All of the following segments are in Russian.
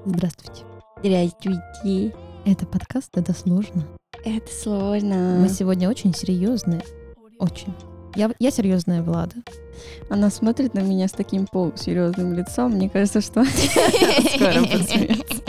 Здравствуйте. Здравствуйте. Это подкаст «Это сложно». Это сложно. Мы сегодня очень серьезные. Очень. Я серьезная Влада. Она смотрит на меня с таким полусерьезным лицом. Мне кажется, что скоро посмеется.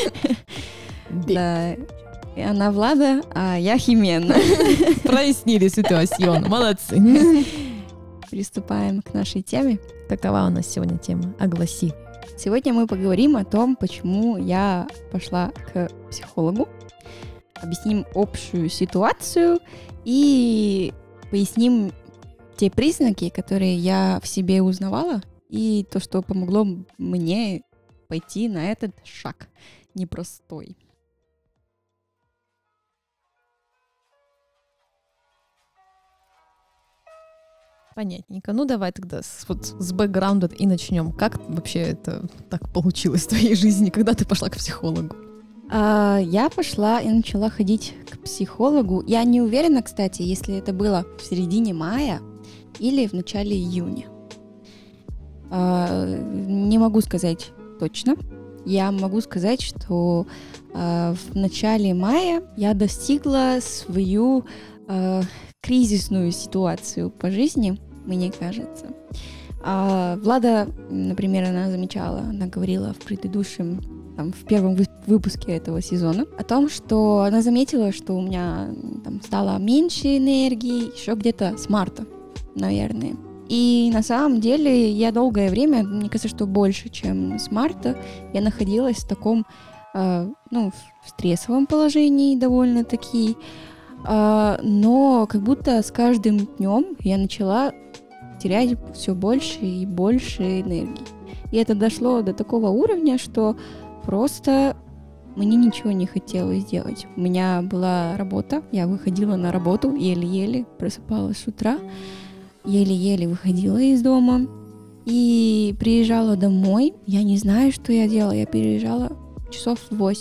Да. И она Влада, а я Химена. Прояснили ситуацию. Молодцы. Приступаем к нашей теме. Какова у нас сегодня тема? Огласи. Сегодня мы поговорим о том, почему я пошла к психологу. Объясним общую ситуацию и поясним те признаки, которые я в себе узнавала, и то, что помогло мне пойти на этот шаг непростой. Понятненько. Ну, давай тогда с бэкграунда и начнем. Как вообще это так получилось в твоей жизни, когда ты пошла к психологу? Я пошла и начала ходить к психологу. Я не уверена, кстати, если это было в середине мая или в начале июня. Не могу сказать точно. Я могу сказать, что в начале мая я достигла свою кризисную ситуацию по жизни, мне кажется. Влада, например, она замечала, она говорила в в первом выпуске этого сезона о том, что она заметила, что у меня стало меньше энергии еще где-то с марта, наверное. И на самом деле я долгое время, мне кажется, что больше, чем с марта, я находилась в таком, в стрессовом положении довольно-таки, но как будто с каждым днем я начала терять все больше и больше энергии. И это дошло до такого уровня, что просто мне ничего не хотелось делать. У меня была работа, я выходила на работу еле-еле, просыпалась с утра, еле-еле выходила из дома и приезжала домой. Я не знаю, что я делала. Я переезжала часов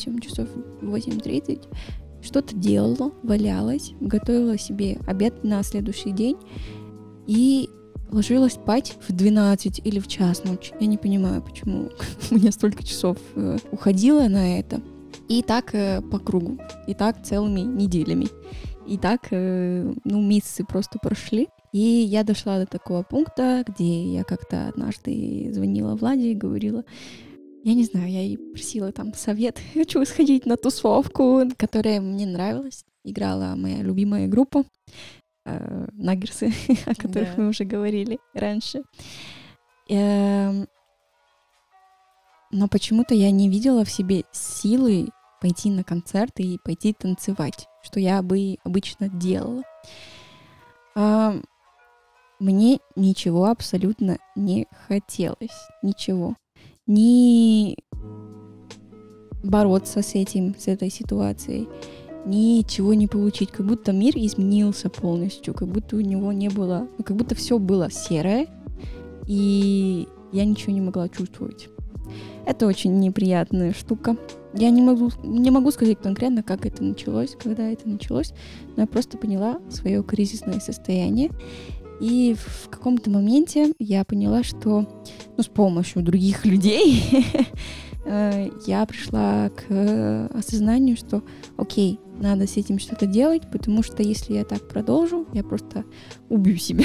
8:30, что-то делала, валялась, готовила себе обед на следующий день и ложилась спать в 12 или в час ночи. Я не понимаю, почему у меня столько часов уходило на это. И так по кругу. И так целыми неделями. И так, месяцы просто прошли. И я дошла до такого пункта, где я как-то однажды звонила Владе и говорила, я не знаю, я ей просила совет. Хочу сходить на тусовку, которая мне нравилась. Играла моя любимая группа. Наггерсы, о которых мы уже говорили раньше. Но почему-то я не видела в себе силы пойти на концерт и пойти танцевать, что я бы обычно делала. Мне ничего абсолютно не хотелось. Ничего. Ни бороться с этой ситуацией, ничего не получить, как будто мир изменился полностью, как будто у него не было, как будто все было серое, и я ничего не могла чувствовать. Это очень неприятная штука. Я не могу сказать конкретно, как это началось, когда это началось, но я просто поняла свое кризисное состояние, и в каком-то моменте я поняла, что с помощью других людей я пришла к осознанию, что окей, надо с этим что-то делать, потому что если я так продолжу, я просто убью себя.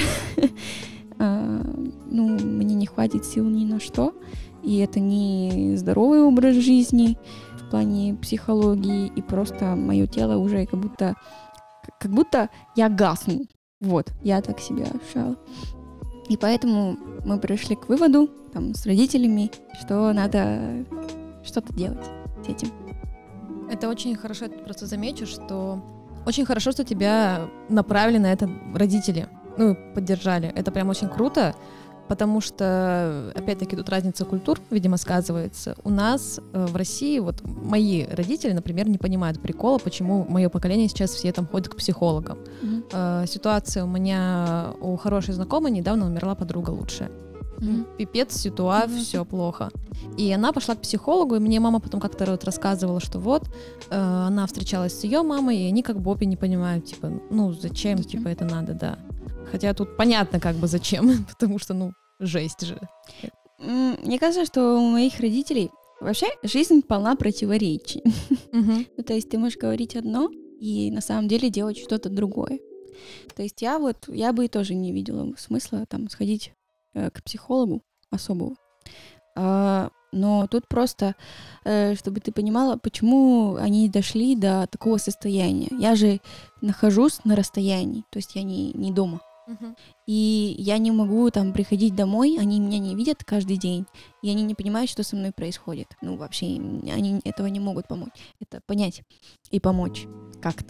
Мне не хватит сил ни на что, и это не здоровый образ жизни в плане психологии, и просто мое тело уже как будто я гасну. Вот, я так себя ощущала. И поэтому мы пришли к выводу с родителями, что надо что-то делать с этим. Это очень хорошо, я просто замечу, что очень хорошо, что тебя направили на это родители, поддержали. Это прям очень круто, потому что, опять-таки, тут разница культур, видимо, сказывается. У нас в России, мои родители, например, не понимают прикола, почему мое поколение сейчас все ходят к психологам. Ситуация у меня у хорошей знакомой недавно умерла подруга лучшая. Пипец, все плохо. И она пошла к психологу, и мне мама потом как-то рассказывала, что она встречалась с ее мамой, и они как бы обе не понимают, зачем, это надо, да. Хотя тут понятно зачем, потому что, жесть же. Мне кажется, что у моих родителей Вообще, жизнь полна противоречий. Мгм. Ну, то есть ты можешь говорить одно и на самом деле делать что-то другое. То есть я бы тоже не видела смысла там сходить к психологу особого. Но тут просто, чтобы ты понимала, почему они дошли до такого состояния. Я же нахожусь на расстоянии, то есть я не дома. Мгм. И я не могу там приходить домой, они меня не видят каждый день, и они не понимают, что со мной происходит. Ну, вообще, они этого не могут помочь. Это понять и помочь как-то.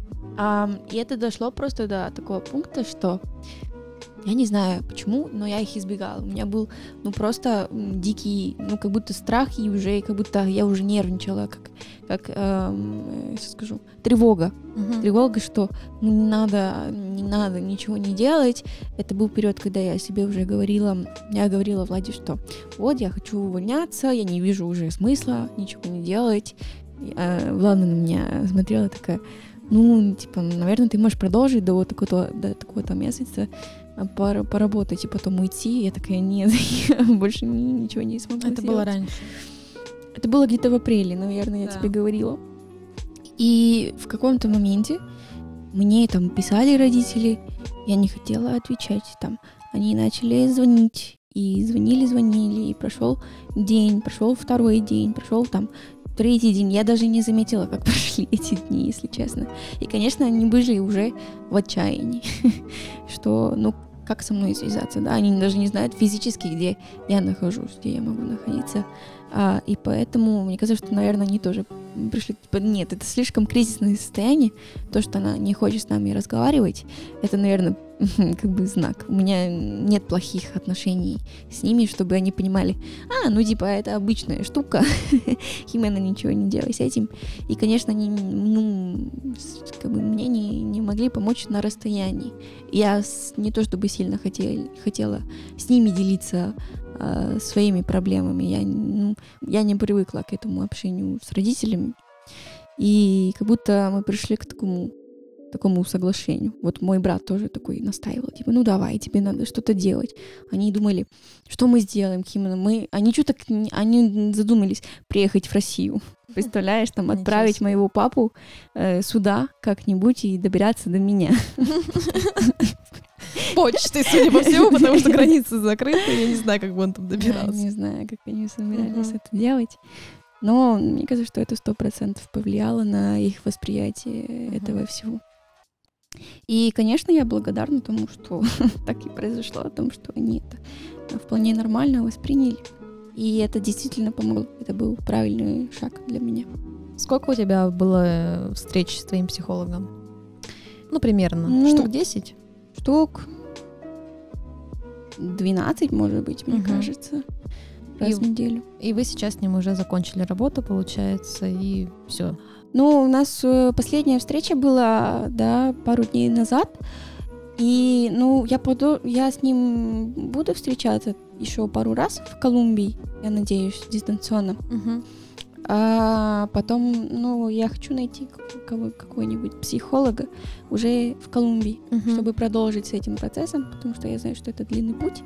И это дошло просто до такого пункта, что я не знаю почему, но я их избегала. У меня был, просто дикий, как будто страх, и уже как будто я уже нервничала, как сейчас скажу, тревога. Мгм. Тревога, что не надо ничего не делать. Это был период, когда я себе уже говорила Владе, что вот, я хочу увольняться, я не вижу уже смысла ничего не делать. Влада на меня смотрела такая, наверное, ты можешь продолжить до такого-то месяца, поработать и потом уйти. Я такая, нет, я больше ничего не смогу Это сделать. было раньше. Это было где-то в апреле, наверное, я Да. тебе говорила. И в каком-то моменте мне там писали родители, я не хотела отвечать. Там они начали звонить, и звонили, и прошел день, прошел второй день, прошел там третий день. Я даже не заметила, как прошли эти дни, если честно. И, конечно, они были уже в отчаянии, что, как со мной связаться, да, они даже не знают физически, где я нахожусь, где я могу находиться, и поэтому, мне кажется, что, наверное, они тоже пришли, нет, это слишком кризисное состояние, то, что она не хочет с нами разговаривать, это, наверное, как бы знак. У меня нет плохих отношений с ними, чтобы они понимали, это обычная штука, Химена, ничего не делай с этим. И, конечно, они, мне не могли помочь на расстоянии. Я не то чтобы сильно хотела с ними делиться своими проблемами. Я не привыкла к этому общению с родителями. И как будто мы пришли к такому соглашению. Вот мой брат тоже такой настаивал, давай, тебе надо что-то делать. Они думали, что мы сделаем, Химена, они задумались приехать в Россию. Представляешь, там отправить моего папу сюда как-нибудь и добираться до меня. Почтой, судя по всему, потому что границы закрыты, я не знаю, как бы он там добирался. Я не знаю, как они собирались это делать. Но мне кажется, что это 100% повлияло на их восприятие этого всего. И, конечно, я благодарна тому, что так и произошло, о том, что они это вполне нормально восприняли. И это действительно помогло. Это был правильный шаг для меня. Сколько у тебя было встреч с твоим психологом? Примерно. Штук 10? Штук 12, может быть, мне кажется. Раз в неделю. И вы сейчас с ним уже закончили работу, получается, и все. У нас последняя встреча была, пару дней назад. И, я с ним буду встречаться еще пару раз в Колумбии, я надеюсь, дистанционно. А потом, я хочу найти какого-нибудь психолога уже в Колумбии, чтобы продолжить с этим процессом, потому что я знаю, что это длинный путь.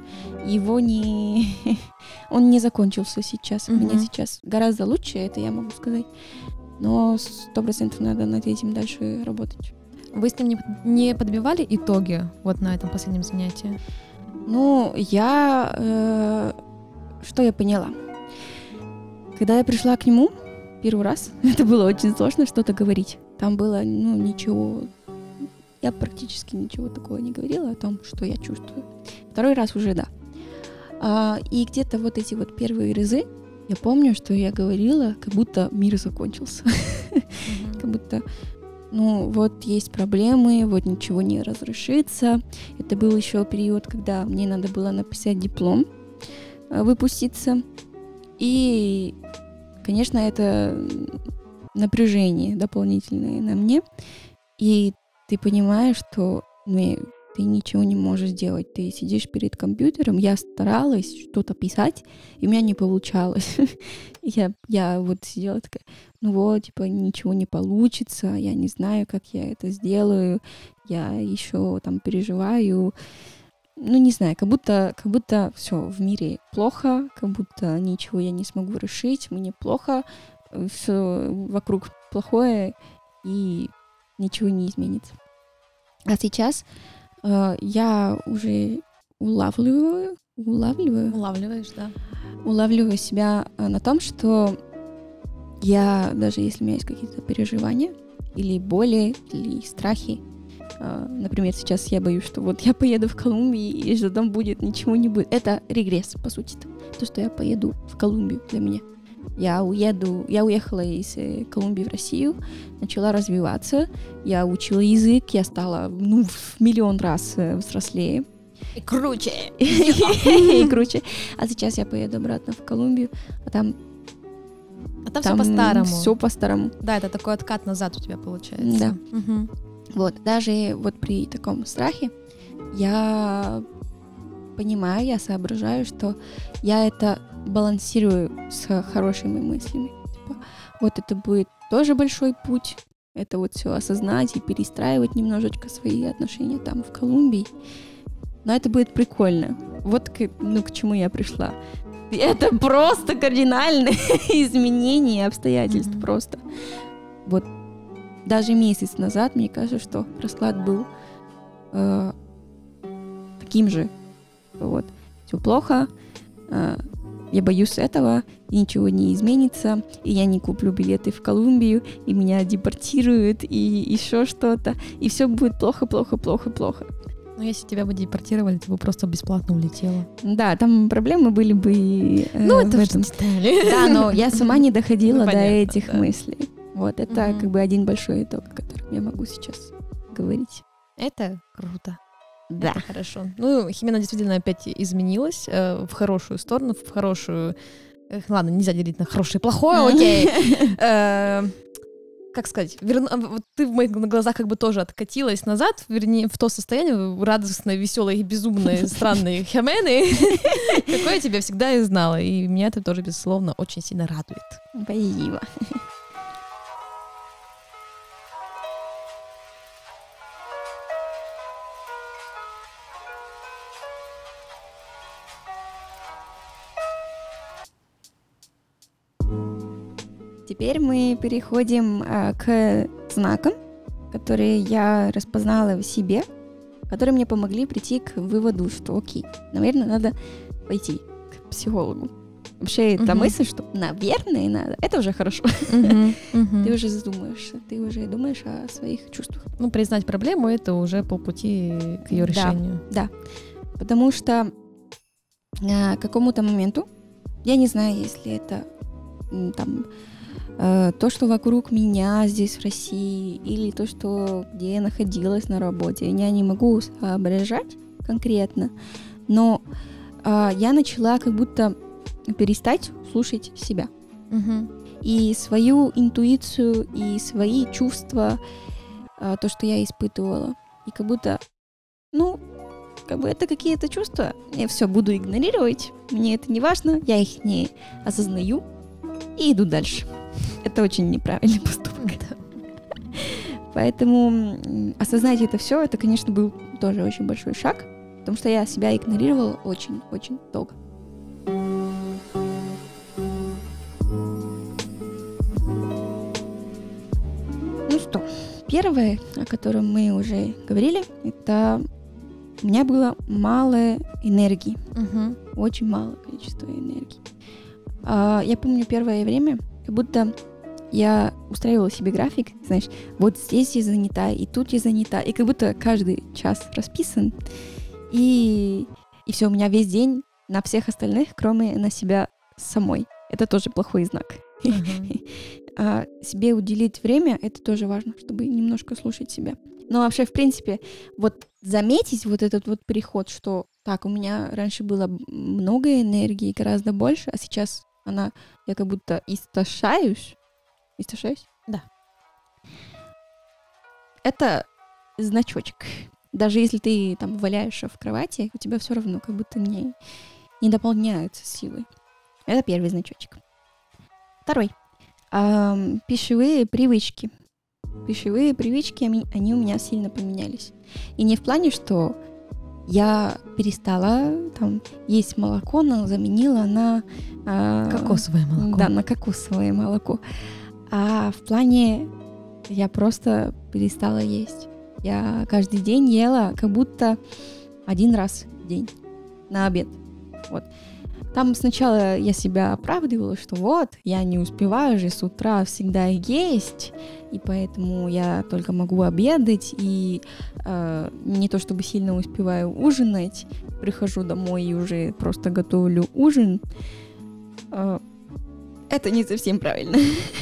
Он не закончился сейчас. У меня сейчас гораздо лучше, это я могу сказать. Но 100% надо над этим дальше работать. Вы с ним не подбивали итоги вот на этом последнем занятии? Что я поняла? Когда я пришла к нему первый раз, это было очень сложно что-то говорить. Там было, ничего... Я практически ничего такого не говорила о том, что я чувствую. Второй раз уже да. И где-то вот эти вот первые разы я помню, что я говорила, как будто мир закончился. Как будто, вот есть проблемы, вот ничего не разрешится. Это был еще период, когда мне надо было написать диплом, выпуститься. И, конечно, это напряжение дополнительное на мне. И ты понимаешь, что ты ничего не можешь сделать. Ты сидишь перед компьютером. Я старалась что-то писать, и у меня не получалось. Я вот сидела такая, ничего не получится, я не знаю, как я это сделаю, я еще там переживаю. ну, не знаю, как будто все в мире плохо, как будто ничего я не смогу решить, мне плохо, все вокруг плохое, и ничего не изменится. А сейчас я уже улавливаю Улавливаешь, да. себя на том, что я, даже если у меня есть какие-то переживания, или боли, или страхи, например, сейчас я боюсь, что вот я поеду в Колумбию, и что там будет, ничего не будет. Это регресс, по сути. То, что я поеду в Колумбию для меня. Я уехала из Колумбии в Россию, начала развиваться, я учила язык, я стала, в миллион раз взрослее. И круче. И круче. А сейчас я поеду обратно в Колумбию, а там все по-старому. Все по-старому. Да, это такой откат назад у тебя получается. Да. Вот, даже вот при таком страхе я понимаю, я соображаю, что я это балансирую с хорошими мыслями. Типа, вот это будет тоже большой путь, это вот все осознать и перестраивать немножечко свои отношения там в Колумбии. Но это будет прикольно. Вот к чему я пришла. Это просто кардинальное изменение обстоятельств просто. Вот даже месяц назад, мне кажется, что расклад был таким же. Вот. Все плохо, я боюсь этого, и ничего не изменится, и я не куплю билеты в Колумбию, и меня депортируют, и еще что-то, и все будет плохо. Ну, если тебя бы депортировали, ты бы просто бесплатно улетела. Да, там проблемы были бы это в этом. детали. Да, но я сама не доходила до этих да. мыслей. Вот, это как бы один большой итог, о котором я могу сейчас говорить. Это круто. Да. Это хорошо. Ну, Химена действительно опять изменилась в хорошую сторону, в хорошую... Ладно, нельзя делить на хорошее и плохое, окей. Как сказать, вот ты в моих глазах как бы тоже откатилась назад, вернее, в то состояние радостной, веселой, безумной, странной Химены, какое я тебя всегда и знала. И меня это тоже, безусловно, очень сильно радует. Спасибо. Теперь мы переходим к знакам, которые я распознала в себе, которые мне помогли прийти к выводу, что окей, наверное, надо пойти к психологу. Вообще, эта мысль, что, наверное, надо, это уже хорошо. Ты уже задумаешься, ты уже думаешь о своих чувствах. Ну, признать проблему — это уже по пути к ее решению. Да, потому что к какому-то моменту, я не знаю, если это там то, что вокруг меня здесь, в России, или то, что где я находилась на работе, я не могу соображать конкретно, но я начала как будто перестать слушать себя. И свою интуицию, и свои чувства, то, что я испытывала. И как будто, это какие-то чувства, я все буду игнорировать, мне это не важно, я их не осознаю и иду дальше. Это очень неправильный поступок. Поэтому осознать это все, это, конечно, был тоже очень большой шаг, потому что я себя игнорировала очень-очень долго. Ну что, первое, о котором мы уже говорили, это у меня было мало энергии. Очень мало количества энергии. Я помню первое время, как будто я устраивала себе график, знаешь, вот здесь я занята, и тут я занята, и как будто каждый час расписан, и все, у меня весь день на всех остальных, кроме на себя самой. Это тоже плохой знак. Себе уделить время, это тоже важно, чтобы немножко слушать себя. Но вообще, в принципе, вот заметить вот этот вот переход, что так, у меня раньше было много энергии, гораздо больше, а сейчас я как будто истощаюсь. Истощаюсь? Да. Это значочек. Даже если ты там валяешься в кровати, у тебя все равно как будто не дополняются силы. Это первый значочек. Второй. Пищевые привычки. Пищевые привычки, они у меня сильно поменялись. И не в плане, что я перестала там есть молоко, но заменила на... Кокосовое молоко. Да, на кокосовое молоко. А в плане я просто перестала есть. Я каждый день ела как будто один раз в день на обед. Вот. Там сначала я себя оправдывала, что вот, я не успеваю же с утра всегда есть, и поэтому я только могу обедать, и не то чтобы сильно успеваю ужинать, прихожу домой и уже просто готовлю ужин. Это не совсем правильно.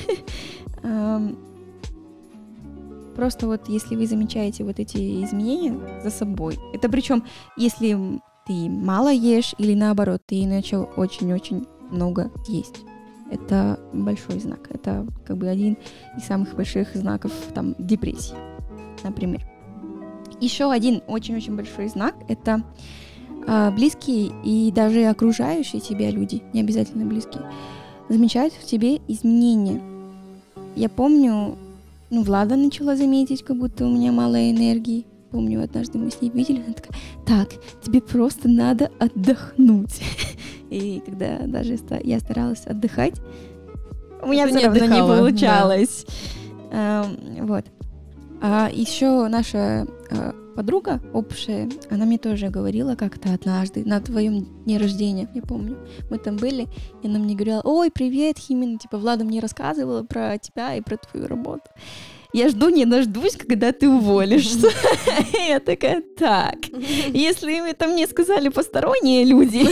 Просто вот если вы замечаете вот эти изменения за собой, это причем если ты мало ешь или наоборот, ты начал очень-очень много есть. Это большой знак. Это как бы один из самых больших знаков там депрессии, например. Еще один очень-очень большой знак — это близкие и даже окружающие тебя люди, не обязательно близкие, замечают в тебе изменения. Я помню, Влада начала заметить, как будто у меня мало энергии. Помню, однажды мы с ней видели, она такая: так, тебе просто надо отдохнуть. И когда даже я старалась отдыхать, у меня все равно не получалось. Да. Вот. А еще наша подруга общая, она мне тоже говорила как-то однажды на твоем дне рождения, я помню. Мы там были, и она мне говорила: ой, привет, Химин, типа Влада мне рассказывала про тебя и про твою работу. Я жду не дождусь, когда ты уволишься. Я такая: так, если им это мне сказали посторонние люди,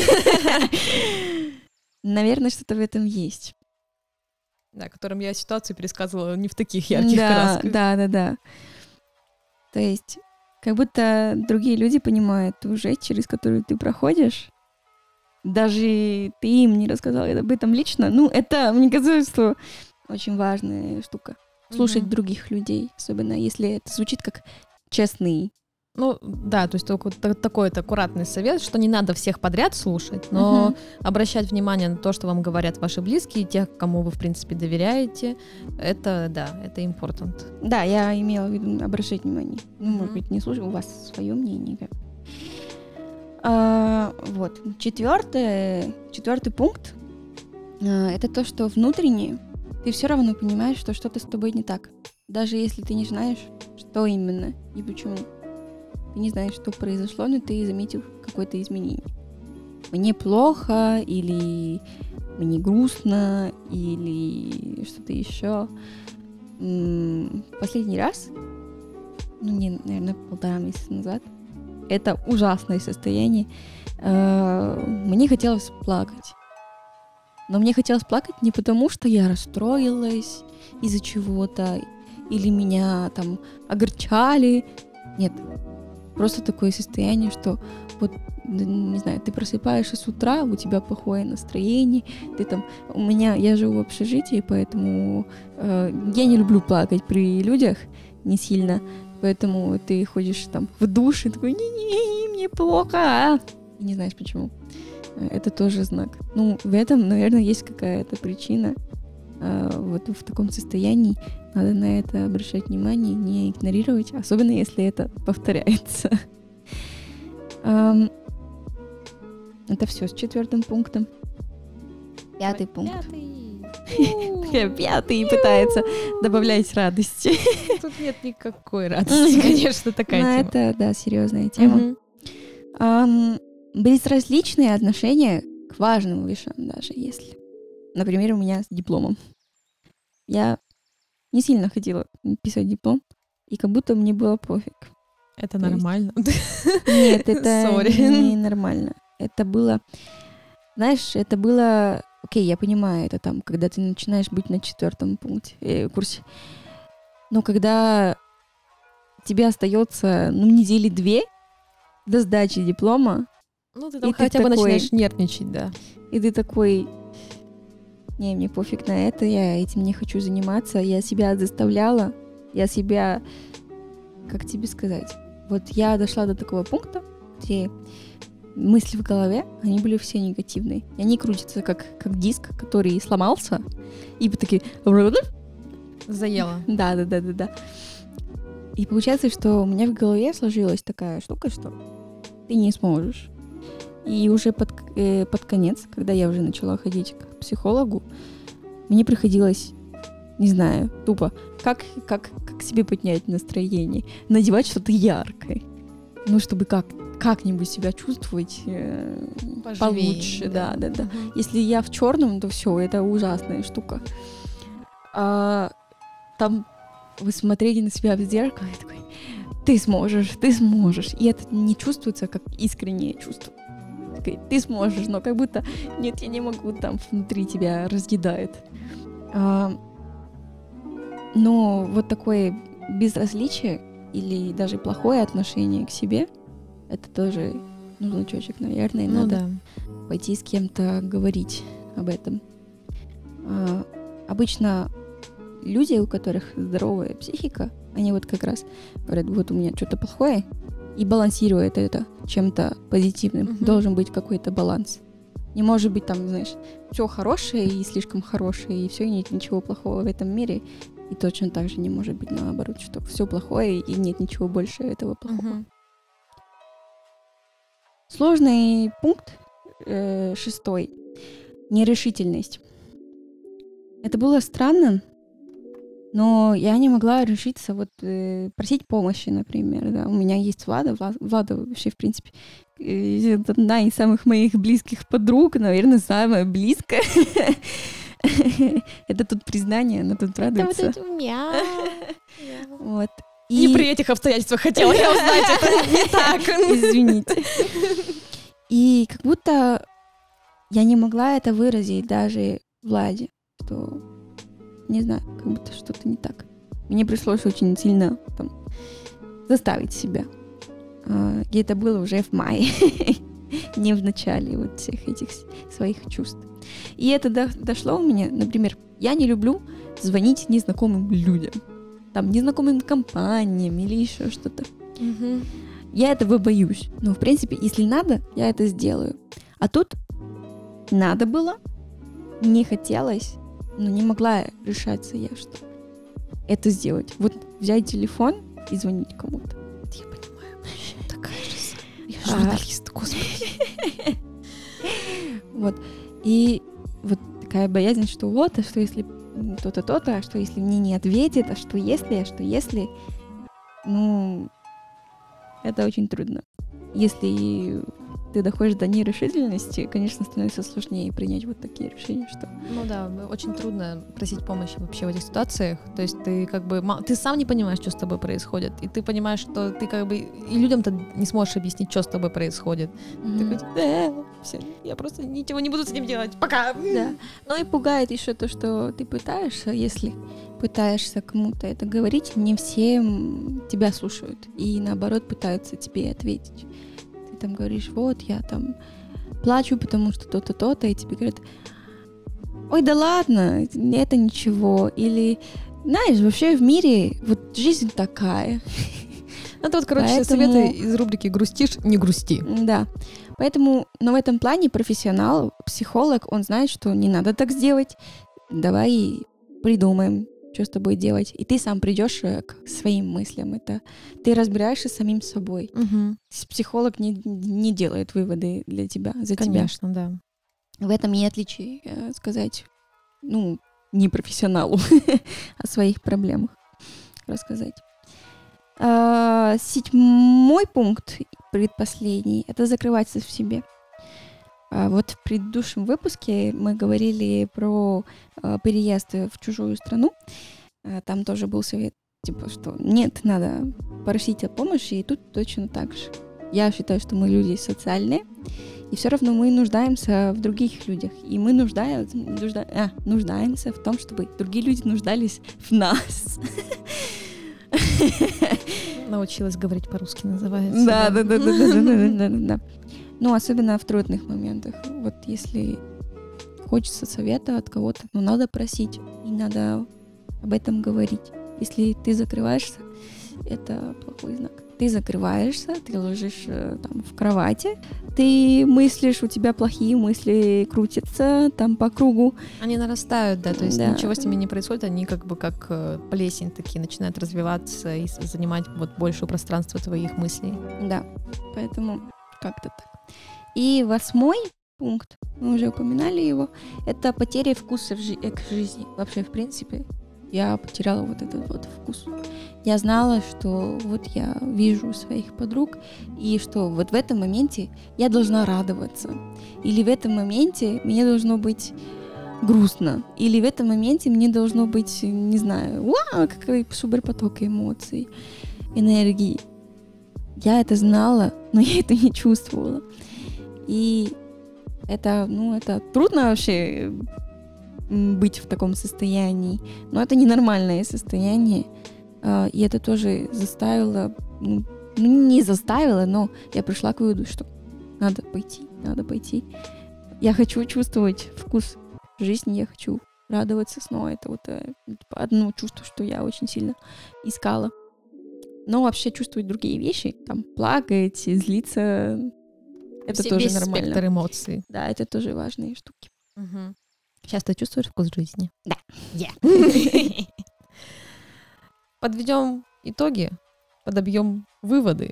наверное, что-то в этом есть. Да, которым я ситуацию пересказывала не в таких ярких красках. Да. То есть, как будто другие люди понимают ту жесть, через которую ты проходишь. Даже ты им не рассказала об этом лично. Это, мне кажется, что очень важная штука. Слушать других людей, особенно если это звучит как честный. Да, то есть такой аккуратный совет, что не надо всех подряд слушать, но обращать внимание на то, что вам говорят ваши близкие, тех, кому вы, в принципе, доверяете, это important. Да, я имела в виду обращать внимание. Может быть, не слушать, у вас свое мнение. Вот. Четвертый пункт — это то, что внутренне ты все равно понимаешь, что что-то с тобой не так. Даже если ты не знаешь, что именно и почему. Ты не знаешь, что произошло, но ты заметил какое-то изменение. Мне плохо, или мне грустно, или что-то еще. Последний раз, наверное, 1,5 месяца назад, это ужасное состояние. Мне хотелось плакать. Но мне хотелось плакать не потому, что я расстроилась из-за чего-то, или меня там огорчали. Нет, просто такое состояние, что вот, не знаю, ты просыпаешься с утра, у тебя плохое настроение, я живу в общежитии, поэтому я не люблю плакать при людях, не сильно, поэтому ты ходишь там в душ и такой: не-не, мне плохо, и не знаешь почему. Это тоже знак. В этом, наверное, есть какая-то причина. Вот в таком состоянии надо на это обращать внимание, не игнорировать, особенно если это повторяется. Это все с 4 пунктом. 5 пункт. Такая 5 пытается добавлять радости. Тут нет никакой радости, конечно, такая тема. Это, да, серьезная тема. Безразличные отношения к важным вещам, даже если. Например, у меня с дипломом. Я не сильно хотела писать диплом, и как будто мне было пофиг. Это нормально? Нет, это не нормально. Это было... Знаешь, Окей, я понимаю, это там, когда ты начинаешь быть на 4 курсе. Но когда тебе остается, недели 2 до сдачи диплома, ты там хотя бы начинаешь нервничать, да. И ты такой: не, мне пофиг на это, я этим не хочу заниматься. Я себя заставляла, как тебе сказать? Вот я дошла до такого пункта, где мысли в голове, они были все негативные. И они крутятся как диск, который сломался, и такие... Заело. Да. И получается, что у меня в голове сложилась такая штука, что ты не сможешь. И уже под конец, когда я уже начала ходить к психологу, мне приходилось, не знаю, тупо, как себе поднять настроение, надевать что-то яркое, ну, чтобы как-нибудь себя чувствовать получше. Да. Если я в черном, то все, это ужасная штука. А там вы смотрите на себя в зеркало и такой, ты сможешь. И это не чувствуется как искреннее чувство. Ты сможешь, но как будто нет, я не могу, там внутри тебя разъедает. Но вот такое безразличие или даже плохое отношение к себе, это тоже значочек, наверное, надо пойти с кем-то говорить об этом. Обычно люди, у которых здоровая психика, они вот как раз говорят, вот у меня что-то плохое, и балансирует это чем-то позитивным. Должен быть какой-то баланс. Не может быть там, знаешь, все хорошее и слишком хорошее, и все, и нет ничего плохого в этом мире. И точно так же не может быть наоборот, что все плохое, и нет ничего больше этого плохого. Сложный пункт 6. Нерешительность. Это было странно, но я не могла решиться просить помощи, например. Да. У меня есть Влада. Влада вообще, в принципе, одна из самых моих близких подруг, наверное, самая близкая. Это тут признание, она тут радуется. Это вот это вот. Не при этих обстоятельствах хотела я узнать, это не так. Извините. И как будто я не могла это выразить даже Владе, что, не знаю, как будто что-то не так. Мне пришлось очень сильно заставить себя. И это было уже в мае, не в начале вот всех этих своих чувств. И это дошло у меня, например, я не люблю звонить незнакомым людям, там, незнакомым компаниям или еще что-то. Я этого боюсь. Но, в принципе, если надо, я это сделаю. А тут надо было, не хотелось, но не могла решаться я, что это сделать. Вот взять телефон и звонить кому-то. Я понимаю, такая же. Я журналист, господи. Вот. И вот такая боязнь, что а что если то-то, а что если мне не ответит, а что если, это очень трудно. Если ты доходишь до нерешительности, конечно, становится сложнее принять вот такие решения, что... очень трудно просить помощи вообще в этих ситуациях. То есть ты ты сам не понимаешь, что с тобой происходит, и ты понимаешь, что ты и людям-то не сможешь объяснить, что с тобой происходит. Ты такой, все, я просто ничего не буду с этим делать, пока. Да. Но и пугает еще то, что ты пытаешься, если пытаешься кому-то это говорить, не все тебя слушают, и наоборот пытаются тебе ответить. Ты там говоришь, вот, я там плачу, потому что то-то, то-то, и тебе говорят, ой, да ладно, это ничего. Или, знаешь, вообще в мире вот жизнь такая. Это советы из рубрики «Грустишь, не грусти». Да. Поэтому, но в этом плане профессионал, психолог, он знает, что не надо так сделать. Давай придумаем, что с тобой делать. И ты сам придешь к своим мыслям. Это ты разбираешься с самим собой. Психолог не делает выводы для тебя, за тебя. Конечно, да. В этом и отличие сказать, не профессионалу о своих проблемах рассказать. 7 пункт, предпоследний, это закрываться в себе. Вот в предыдущем выпуске мы говорили про переезд в чужую страну. Там тоже был совет, что нет, надо просить о помощи, и тут точно так же. Я считаю, что мы люди социальные, и все равно мы нуждаемся в других людях. И мы нуждаемся в том, чтобы другие люди нуждались в нас. Научилась говорить по-русски, называется. Да. Ну, особенно в трудных моментах. Вот если хочется совета от кого-то, надо просить, и надо об этом говорить. Если ты закрываешься, это плохой знак. Ты закрываешься, ты ложишь там в кровати, ты мыслишь, у тебя плохие мысли крутятся там по кругу. Они нарастают, да, то есть ничего с ними не происходит, они как плесень такие начинают развиваться и занимать большее пространство твоих мыслей. Да, поэтому как-то так. И 8 пункт, мы уже упоминали его, это потеря вкуса к жизни. Вообще, в принципе, я потеряла вот этот вот вкус. Я знала, что вот я вижу своих подруг, и что вот в этом моменте я должна радоваться. Или в этом моменте мне должно быть грустно. Или в этом моменте мне должно быть, не знаю, вау, какой суперпоток эмоций, энергии. Я это знала, но я это не чувствовала. И это трудно вообще быть в таком состоянии, но это ненормальное состояние, и это тоже заставило, не заставило, но я пришла к выводу, что надо пойти. Я хочу чувствовать вкус жизни, я хочу радоваться снова. Это вот одно чувство, что я очень сильно искала. Но вообще чувствовать другие вещи, там плакать, злиться, это тоже весь нормально. Спектр эмоций. Да, это тоже важные штуки. Угу. Сейчас ты чувствуешь вкус жизни? Да. Подведем итоги, подобьем выводы.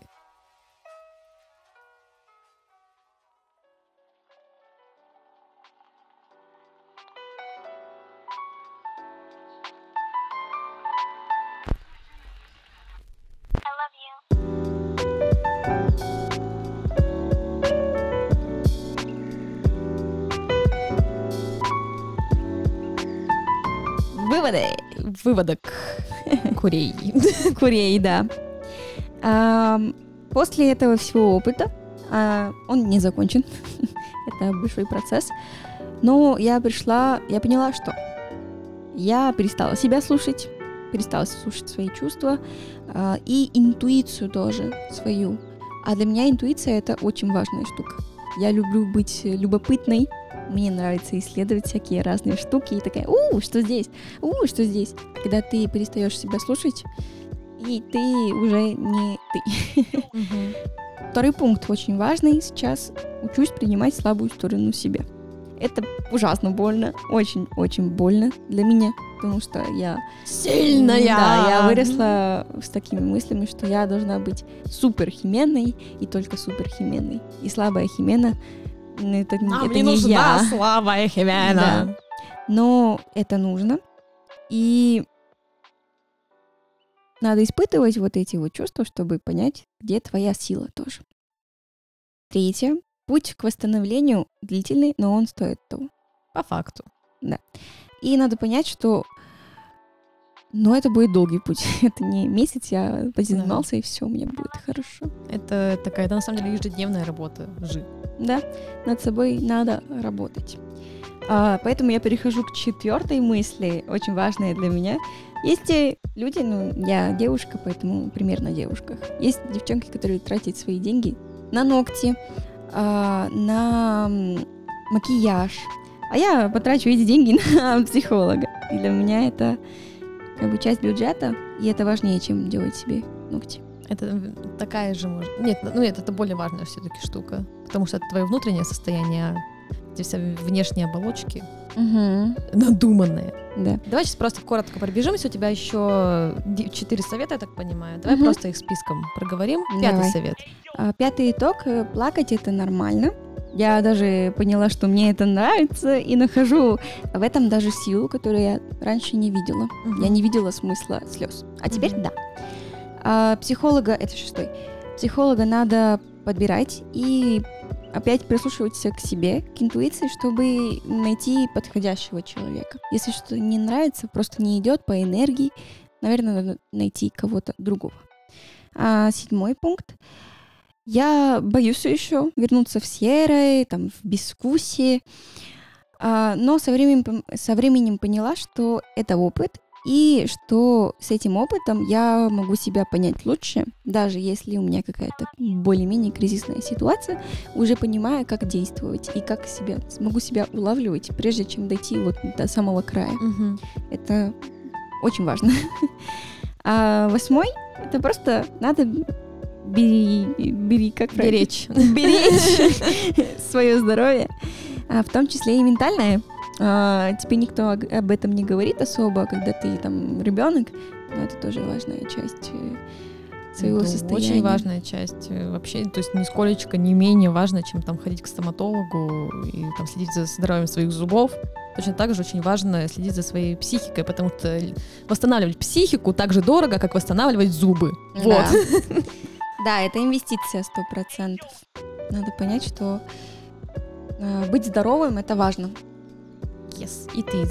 Выводок. Курей. Курей, да. После этого всего опыта, он не закончен, это большой процесс, но я поняла, что я перестала себя слушать, перестала слушать свои чувства и интуицию тоже свою. А для меня интуиция — это очень важная штука. Я люблю быть любопытной, мне нравится исследовать всякие разные штуки и такая, что здесь, что здесь. Когда ты перестаешь себя слушать, и ты уже не ты. Второй пункт очень важный. Сейчас учусь принимать слабую сторону себя. Это ужасно больно, очень-очень больно для меня, потому что я сильная. Да, я выросла с такими мыслями, что я должна быть суперхименной и только суперхименной. И слабая химена это не нужна я. слабая химена. Да. Но это нужно. И надо испытывать вот эти вот чувства, чтобы понять, где твоя сила тоже. 3. Путь к восстановлению длительный, но он стоит того. По факту. Да. И надо понять, что это будет долгий путь. Это не месяц, я позанимался, и все, у меня будет хорошо. Это на самом деле ежедневная работа. Да, над собой надо работать. Поэтому я перехожу к 4 мысли, очень важной для меня. Есть люди, я девушка, поэтому примерно о девушках. Есть девчонки, которые тратят свои деньги на ногти, на макияж. А я потрачу эти деньги на психолога. И для меня это часть бюджета, и это важнее, чем делать себе ногти. Это такая же, нет, это более важная все-таки штука, потому что это твое внутреннее состояние, эти все внешние оболочки надуманные. Да. Давай сейчас просто коротко пробежимся, у тебя еще 4 совета, я так понимаю, давай просто их списком проговорим. 5 совет. 5 итог, плакать — это нормально. Я даже поняла, что мне это нравится, и нахожу в этом даже силу, которую я раньше не видела. Я не видела смысла слез. А теперь да. Психолога, это 6. Психолога надо подбирать и опять прислушиваться к себе, к интуиции, чтобы найти подходящего человека. Если что-то не нравится, просто не идет по энергии, наверное, надо найти кого-то другого. 7 пункт. Я боюсь еще вернуться в серое, в безвкусие, но со временем поняла, что это опыт, и что с этим опытом я могу себя понять лучше, даже если у меня какая-то более-менее кризисная ситуация, уже понимаю, как действовать и как смогу себя улавливать, прежде чем дойти до самого края. Это очень важно. 8 — это просто надо беречь свое здоровье, в том числе и ментальное. Тебе никто об этом не говорит особо, когда ты ребенок, но это тоже важная часть своего это состояния. Очень важная часть вообще, то есть нисколечко не менее важно, чем там ходить к стоматологу и там следить за здоровьем своих зубов. Точно так же очень важно следить за своей психикой, потому что восстанавливать психику так же дорого, как восстанавливать зубы. Да. Вот. Да, это инвестиция 100%. Надо понять, что быть здоровым — это важно. Yes, it is.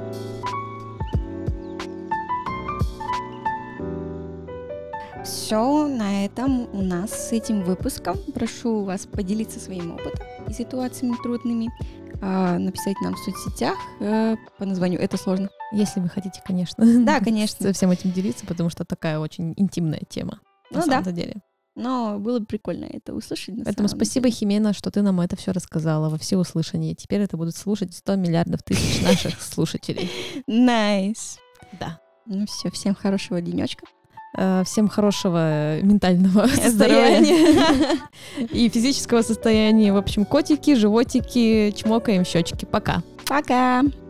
Все, на этом у нас с этим выпуском. Прошу вас поделиться своим опытом и ситуациями трудными, написать нам в соцсетях по названию «Это сложно». Если вы хотите, конечно. Да, конечно. Со всем этим делиться, потому что такая очень интимная тема. На самом деле. Но было бы прикольно это услышать. Поэтому спасибо, Химена, что ты нам это все рассказала во всеуслышание. Теперь это будут слушать 100 миллиардов тысяч наших слушателей. Найс. Да. Ну все, всем хорошего денечка. Всем хорошего ментального состояния и физического состояния. В общем, котики, животики, чмокаем щечки. Пока. Пока.